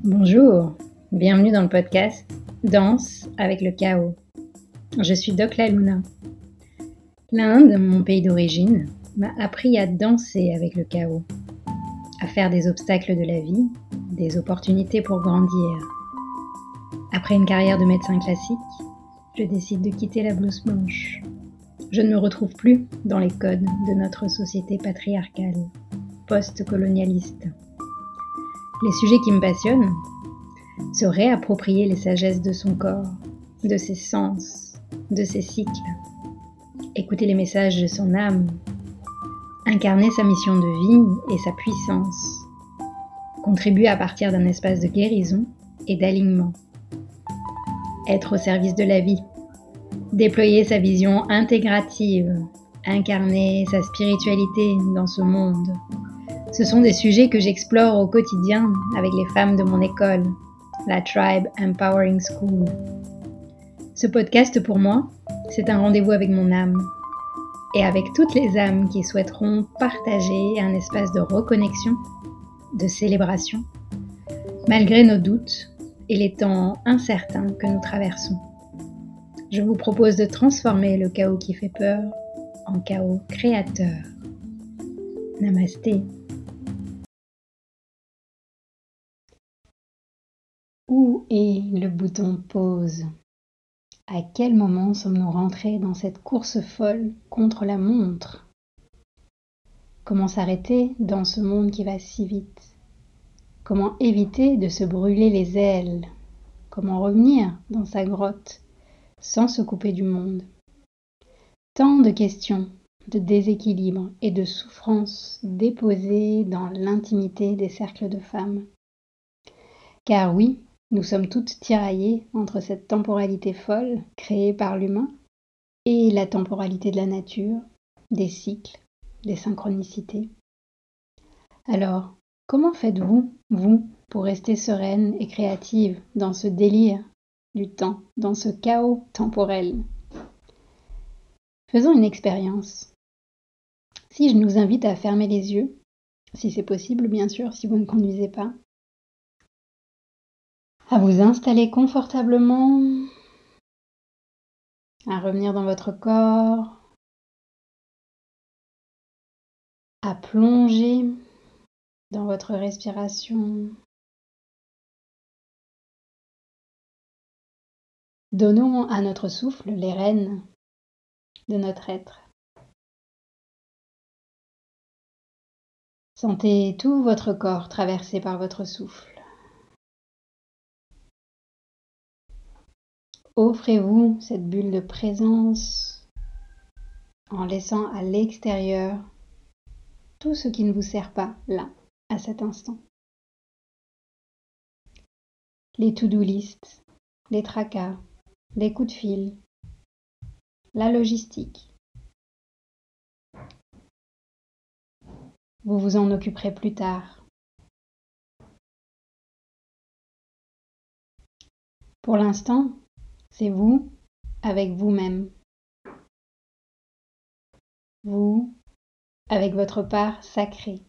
Bonjour, bienvenue dans le podcast Danse avec le chaos. Je suis Doc La Luna. L'Inde, mon pays d'origine, m'a appris à danser avec le chaos, à faire des obstacles de la vie, des opportunités pour grandir. Après une carrière de médecin classique, je décide de quitter la blouse blanche. Je ne me retrouve plus dans les codes de notre société patriarcale, post-colonialiste. Les sujets qui me passionnent, se réapproprier les sagesses de son corps, de ses sens, de ses cycles, écouter les messages de son âme, incarner sa mission de vie et sa puissance, contribuer à partir d'un espace de guérison et d'alignement, être au service de la vie, déployer sa vision intégrative, incarner sa spiritualité dans ce monde. Ce sont des sujets que j'explore au quotidien avec les femmes de mon école, la Tribe Empowering School. Ce podcast pour moi, c'est un rendez-vous avec mon âme et avec toutes les âmes qui souhaiteront partager un espace de reconnexion, de célébration, malgré nos doutes et les temps incertains que nous traversons. Je vous propose de transformer le chaos qui fait peur en chaos créateur. Namasté. Où est le bouton pause ? À quel moment sommes-nous rentrés dans cette course folle contre la montre ? Comment s'arrêter dans ce monde qui va si vite ? Comment éviter de se brûler les ailes ? Comment revenir dans sa grotte sans se couper du monde ? Tant de questions, de déséquilibre et de souffrances déposées dans l'intimité des cercles de femmes. Car oui, nous sommes toutes tiraillées entre cette temporalité folle créée par l'humain et la temporalité de la nature, des cycles, des synchronicités. Alors, comment faites-vous, vous, pour rester sereine et créative dans ce délire du temps, dans ce chaos temporel ? Faisons une expérience. Si je nous invite à fermer les yeux, si c'est possible bien sûr, si vous ne conduisez pas, à vous installer confortablement, à revenir dans votre corps, à plonger dans votre respiration. Donnons à notre souffle les rênes de notre être. Sentez tout votre corps traversé par votre souffle. Offrez-vous cette bulle de présence en laissant à l'extérieur tout ce qui ne vous sert pas là, à cet instant. Les to-do list, les tracas, les coups de fil, la logistique. Vous vous en occuperez plus tard. Pour l'instant, c'est vous avec vous-même. Vous avec votre part sacrée.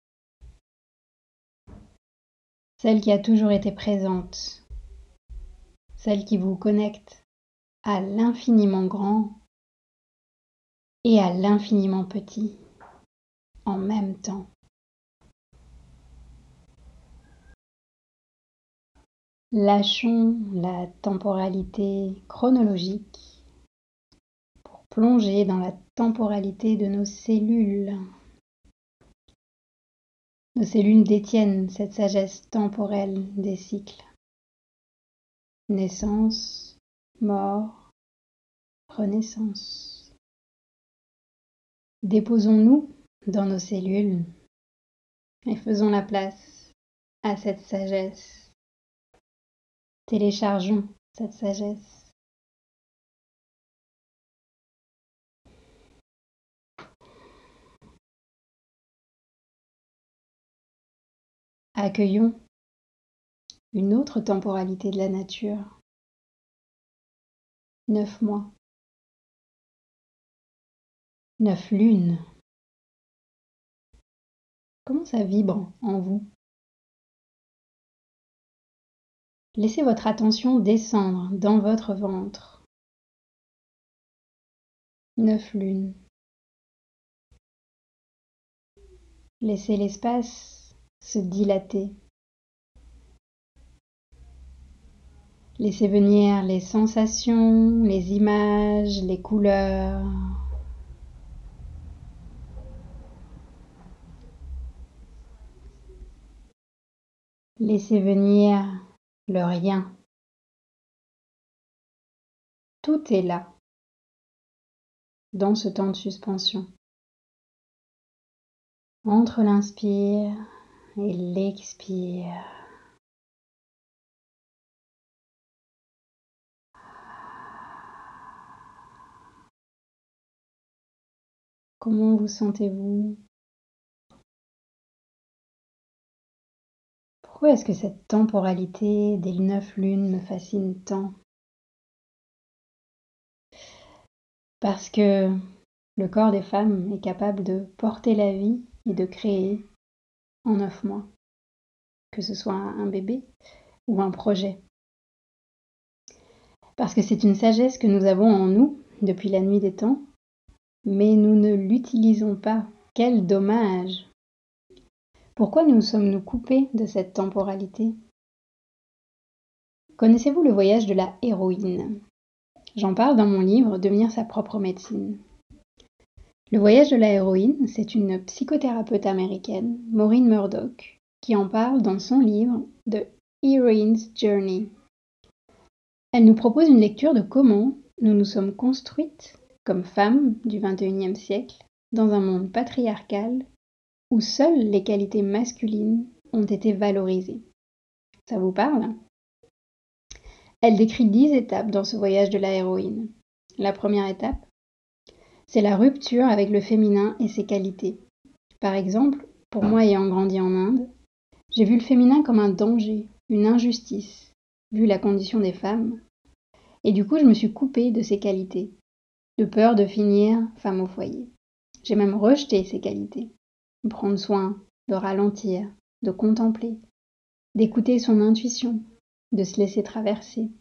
Celle qui a toujours été présente. Celle qui vous connecte à l'infiniment grand et à l'infiniment petit en même temps. Lâchons la temporalité chronologique pour plonger dans la temporalité de nos cellules. Nos cellules détiennent cette sagesse temporelle des cycles. Naissance, mort, renaissance. Déposons-nous dans nos cellules et faisons la place à cette sagesse. Téléchargeons cette sagesse. Accueillons une autre temporalité de la nature. 9 mois. 9 lunes. Comment ça vibre en vous ? Laissez votre attention descendre dans votre ventre. 9 lunes. Laissez l'espace se dilater. Laissez venir les sensations, les images, les couleurs. Laissez venir le rien. Tout est là, dans ce temps de suspension. Entre l'inspire et l'expire. Comment vous sentez-vous? Pourquoi est-ce que cette temporalité des 9 lunes me fascine tant? Parce que le corps des femmes est capable de porter la vie et de créer en 9 mois, que ce soit un bébé ou un projet. Parce que c'est une sagesse que nous avons en nous depuis la nuit des temps, mais nous ne l'utilisons pas. Quel dommage! Pourquoi nous sommes-nous coupés de cette temporalité? Connaissez-vous le voyage de la héroïne? J'en parle dans mon livre Devenir sa propre médecine. Le voyage de la héroïne, c'est une psychothérapeute américaine, Maureen Murdoch, qui en parle dans son livre The Heroine's Journey. Elle nous propose une lecture de comment nous nous sommes construites comme femmes du XXIe siècle dans un monde patriarcal où seules les qualités masculines ont été valorisées. Ça vous parle? Elle décrit 10 étapes dans ce voyage de la héroïne. La première étape, c'est la rupture avec le féminin et ses qualités. Par exemple, pour moi ayant grandi en Inde, j'ai vu le féminin comme un danger, une injustice, vu la condition des femmes, et du coup je me suis coupée de ces qualités, de peur de finir femme au foyer. J'ai même rejeté ces qualités, de prendre soin, de ralentir, de contempler, d'écouter son intuition, de se laisser traverser.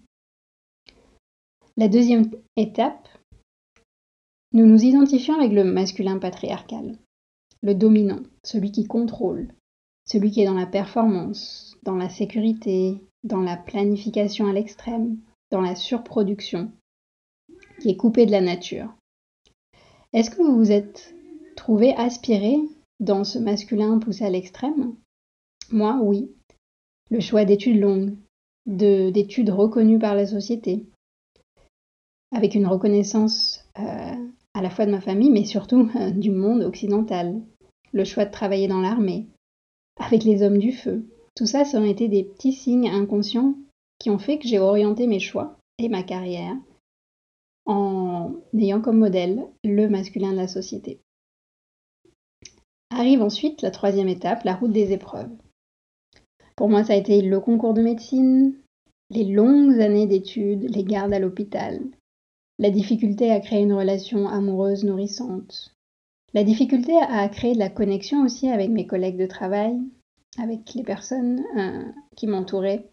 La deuxième étape, nous nous identifions avec le masculin patriarcal, le dominant, celui qui contrôle, celui qui est dans la performance, dans la sécurité, dans la planification à l'extrême, dans la surproduction, qui est coupé de la nature. Est-ce que vous vous êtes trouvé aspiré dans ce masculin poussé à l'extrême? Moi, oui. Le choix d'études longues, d'études reconnues par la société, avec une reconnaissance à la fois de ma famille, mais surtout du monde occidental. Le choix de travailler dans l'armée, avec les hommes du feu. Tout ça, ça ont été des petits signes inconscients qui ont fait que j'ai orienté mes choix et ma carrière en ayant comme modèle le masculin de la société. Arrive ensuite la troisième étape, la route des épreuves. Pour moi, ça a été le concours de médecine, les longues années d'études, les gardes à l'hôpital, la difficulté à créer une relation amoureuse nourrissante, la difficulté à créer de la connexion aussi avec mes collègues de travail, avec les personnes qui m'entouraient.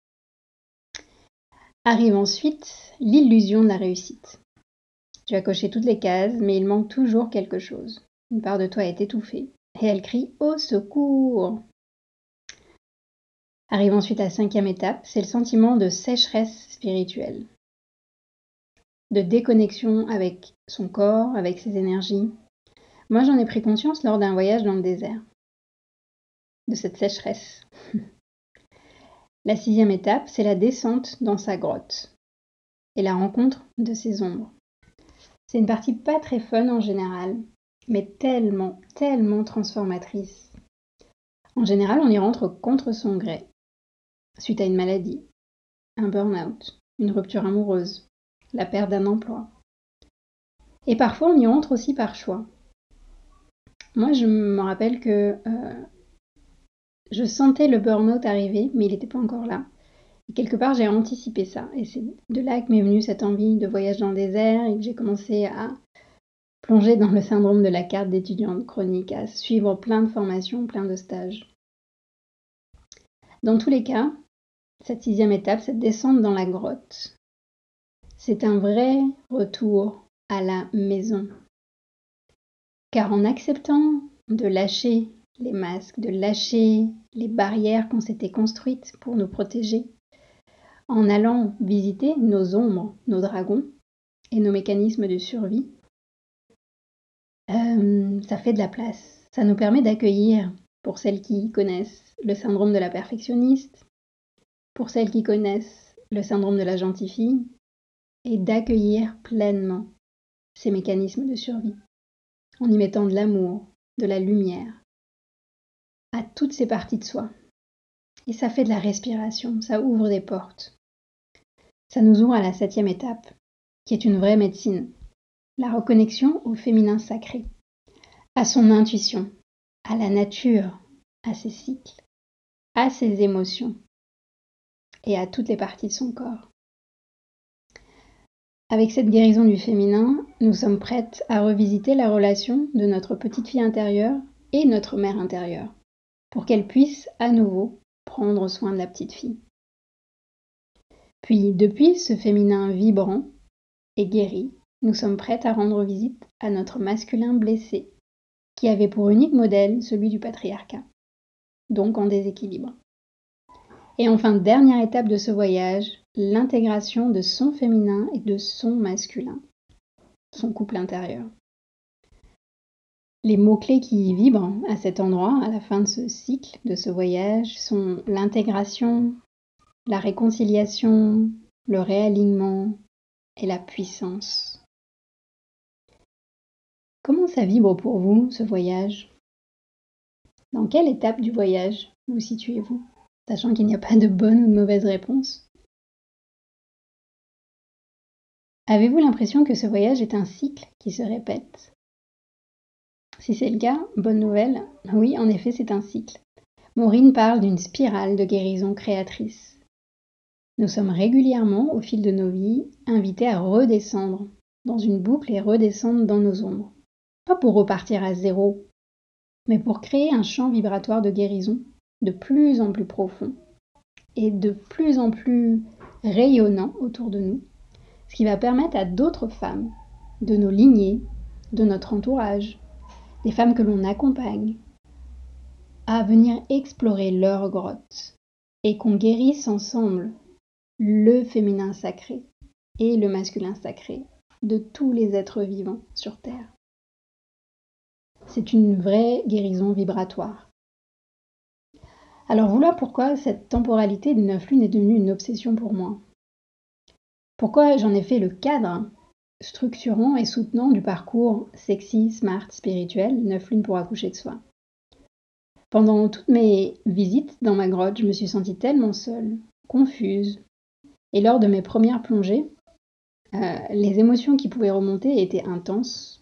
Arrive ensuite l'illusion de la réussite. Tu as coché toutes les cases, mais il manque toujours quelque chose. Une part de toi est étouffée, et elle crie « Au secours !» Arrive ensuite la cinquième étape, c'est le sentiment de sécheresse spirituelle, de déconnexion avec son corps, avec ses énergies. Moi, j'en ai pris conscience lors d'un voyage dans le désert, de cette sécheresse. La sixième étape, c'est la descente dans sa grotte et la rencontre de ses ombres. C'est une partie pas très fun en général, mais tellement, tellement transformatrice. En général, on y rentre contre son gré, suite à une maladie, un burn-out, une rupture amoureuse, la perte d'un emploi. Et parfois, on y rentre aussi par choix. Moi, je me rappelle que je sentais le burn-out arriver, mais il n'était pas encore là. Et quelque part, j'ai anticipé ça. Et c'est de là que m'est venue cette envie de voyage dans le désert et que j'ai commencé à plonger dans le syndrome de la carte d'étudiante chronique, à suivre plein de formations, plein de stages. Dans tous les cas, cette 6e étape, cette descente dans la grotte, c'est un vrai retour à la maison. Car en acceptant de lâcher les masques, de lâcher les barrières qu'on s'était construites pour nous protéger, en allant visiter nos ombres, nos dragons et nos mécanismes de survie, ça fait de la place. Ça nous permet d'accueillir, pour celles qui connaissent le syndrome de la perfectionniste, pour celles qui connaissent le syndrome de la gentille fille, et d'accueillir pleinement ces mécanismes de survie, en y mettant de l'amour, de la lumière, à toutes ces parties de soi. Et ça fait de la respiration, ça ouvre des portes. Ça nous ouvre à la 7e étape, qui est une vraie médecine, la reconnexion au féminin sacré, à son intuition, à la nature, à ses cycles, à ses émotions et à toutes les parties de son corps. Avec cette guérison du féminin, nous sommes prêtes à revisiter la relation de notre petite fille intérieure et notre mère intérieure, pour qu'elle puisse à nouveau prendre soin de la petite fille. Puis, depuis ce féminin vibrant et guéri, nous sommes prêtes à rendre visite à notre masculin blessé, qui avait pour unique modèle celui du patriarcat, donc en déséquilibre. Et enfin, dernière étape de ce voyage, l'intégration de son féminin et de son masculin, son couple intérieur. Les mots-clés qui vibrent à cet endroit, à la fin de ce cycle, de ce voyage, sont l'intégration, la réconciliation, le réalignement et la puissance. Comment ça vibre pour vous, ce voyage? Dans quelle étape du voyage vous situez-vous, sachant qu'il n'y a pas de bonne ou de mauvaise réponse? Avez-vous l'impression que ce voyage est un cycle qui se répète? Si c'est le cas, bonne nouvelle, oui, en effet, c'est un cycle. Maureen parle d'une spirale de guérison créatrice. Nous sommes régulièrement, au fil de nos vies, invités à redescendre dans une boucle et redescendre dans nos ombres. Pas pour repartir à zéro, mais pour créer un champ vibratoire de guérison de plus en plus profond et de plus en plus rayonnant autour de nous, ce qui va permettre à d'autres femmes de nos lignées, de notre entourage, des femmes que l'on accompagne, à venir explorer leur grotte et qu'on guérisse ensemble le féminin sacré et le masculin sacré de tous les êtres vivants sur Terre. C'est une vraie guérison vibratoire. Alors voilà pourquoi cette temporalité des 9 lunes est devenue une obsession pour moi. Pourquoi j'en ai fait le cadre structurant et soutenant du parcours sexy, smart, spirituel, 9 lunes pour accoucher de soi. Pendant toutes mes visites dans ma grotte, je me suis sentie tellement seule, confuse, et lors de mes premières plongées, les émotions qui pouvaient remonter étaient intenses.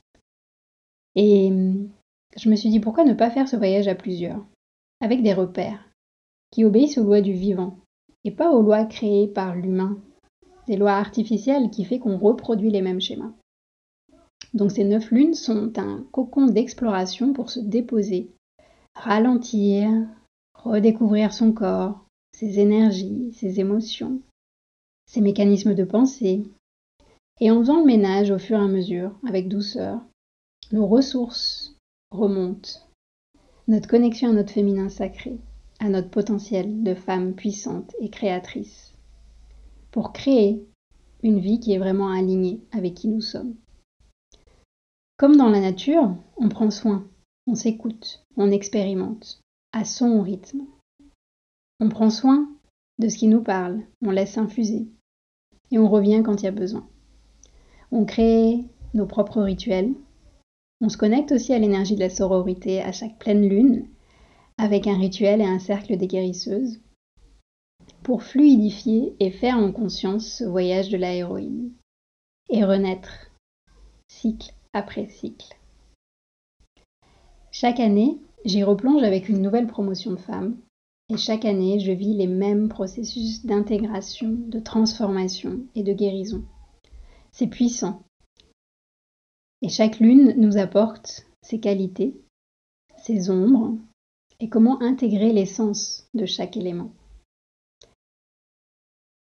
Et je me suis dit, pourquoi ne pas faire ce voyage à plusieurs, avec des repères, qui obéissent aux lois du vivant, et pas aux lois créées par l'humain, des lois artificielles qui fait qu'on reproduit les mêmes schémas. Donc ces 9 lunes sont un cocon d'exploration pour se déposer, ralentir, redécouvrir son corps, ses énergies, ses émotions, ses mécanismes de pensée, et en faisant le ménage au fur et à mesure, avec douceur, nos ressources remontent, notre connexion à notre féminin sacré, à notre potentiel de femme puissante et créatrice, pour créer une vie qui est vraiment alignée avec qui nous sommes. Comme dans la nature, on prend soin, on s'écoute, on expérimente, à son rythme. On prend soin de ce qui nous parle, on laisse infuser, et on revient quand il y a besoin. On crée nos propres rituels. On se connecte aussi à l'énergie de la sororité à chaque pleine lune, avec un rituel et un cercle des guérisseuses, pour fluidifier et faire en conscience ce voyage de la héroïne, et renaître, cycle après cycle. Chaque année, j'y replonge avec une nouvelle promotion de femmes, et chaque année, je vis les mêmes processus d'intégration, de transformation et de guérison. C'est puissant. Et chaque lune nous apporte ses qualités, ses ombres, et comment intégrer l'essence de chaque élément.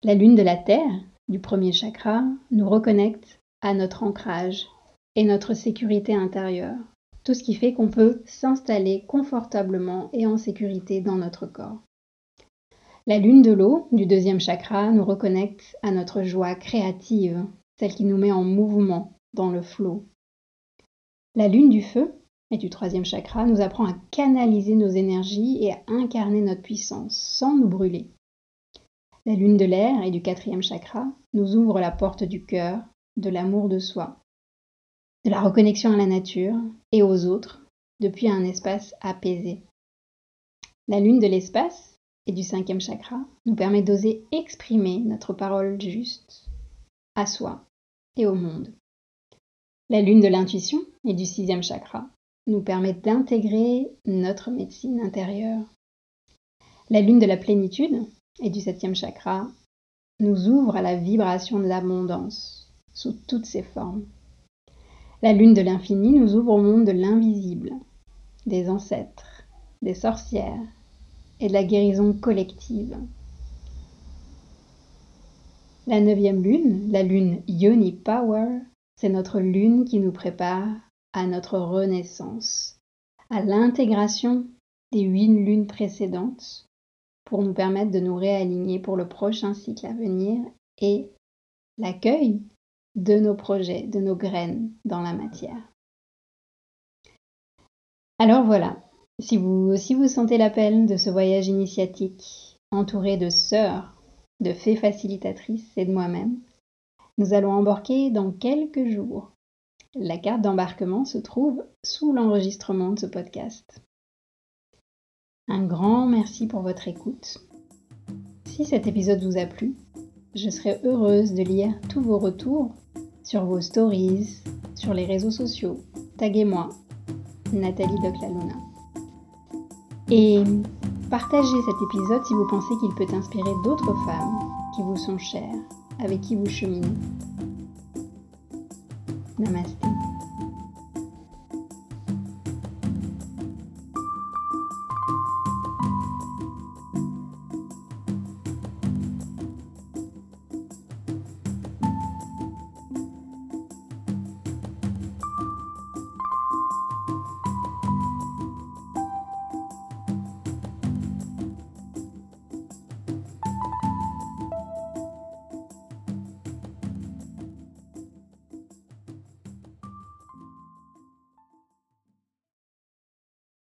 La lune de la Terre, du premier chakra, nous reconnecte à notre ancrage et notre sécurité intérieure. Tout ce qui fait qu'on peut s'installer confortablement et en sécurité dans notre corps. La lune de l'eau, du deuxième chakra, nous reconnecte à notre joie créative, celle qui nous met en mouvement dans le flot. La lune du feu, et du troisième chakra, nous apprend à canaliser nos énergies et à incarner notre puissance sans nous brûler. La lune de l'air et du quatrième chakra nous ouvre la porte du cœur, de l'amour de soi, de la reconnexion à la nature et aux autres depuis un espace apaisé. La lune de l'espace et du cinquième chakra nous permet d'oser exprimer notre parole juste à soi et au monde. La lune de l'intuition et du sixième chakra nous permet d'intégrer notre médecine intérieure. La lune de la plénitude et du septième chakra nous ouvre à la vibration de l'abondance sous toutes ses formes. La lune de l'infini nous ouvre au monde de l'invisible, des ancêtres, des sorcières et de la guérison collective. La neuvième lune, la lune Yoni Power, c'est notre lune qui nous prépare à notre renaissance, à l'intégration des 8 lunes précédentes pour nous permettre de nous réaligner pour le prochain cycle à venir et l'accueil de nos projets, de nos graines dans la matière. Alors voilà, si vous aussi vous sentez l'appel de ce voyage initiatique, entouré de sœurs, de fées facilitatrices et de moi-même, nous allons embarquer dans quelques jours. La carte d'embarquement se trouve sous l'enregistrement de ce podcast. Un grand merci pour votre écoute. Si cet épisode vous a plu, je serai heureuse de lire tous vos retours sur vos stories, sur les réseaux sociaux. Taguez-moi, Nathalie Doclaluna. Et partagez cet épisode si vous pensez qu'il peut inspirer d'autres femmes qui vous sont chères, avec qui vous cheminez. Namasté.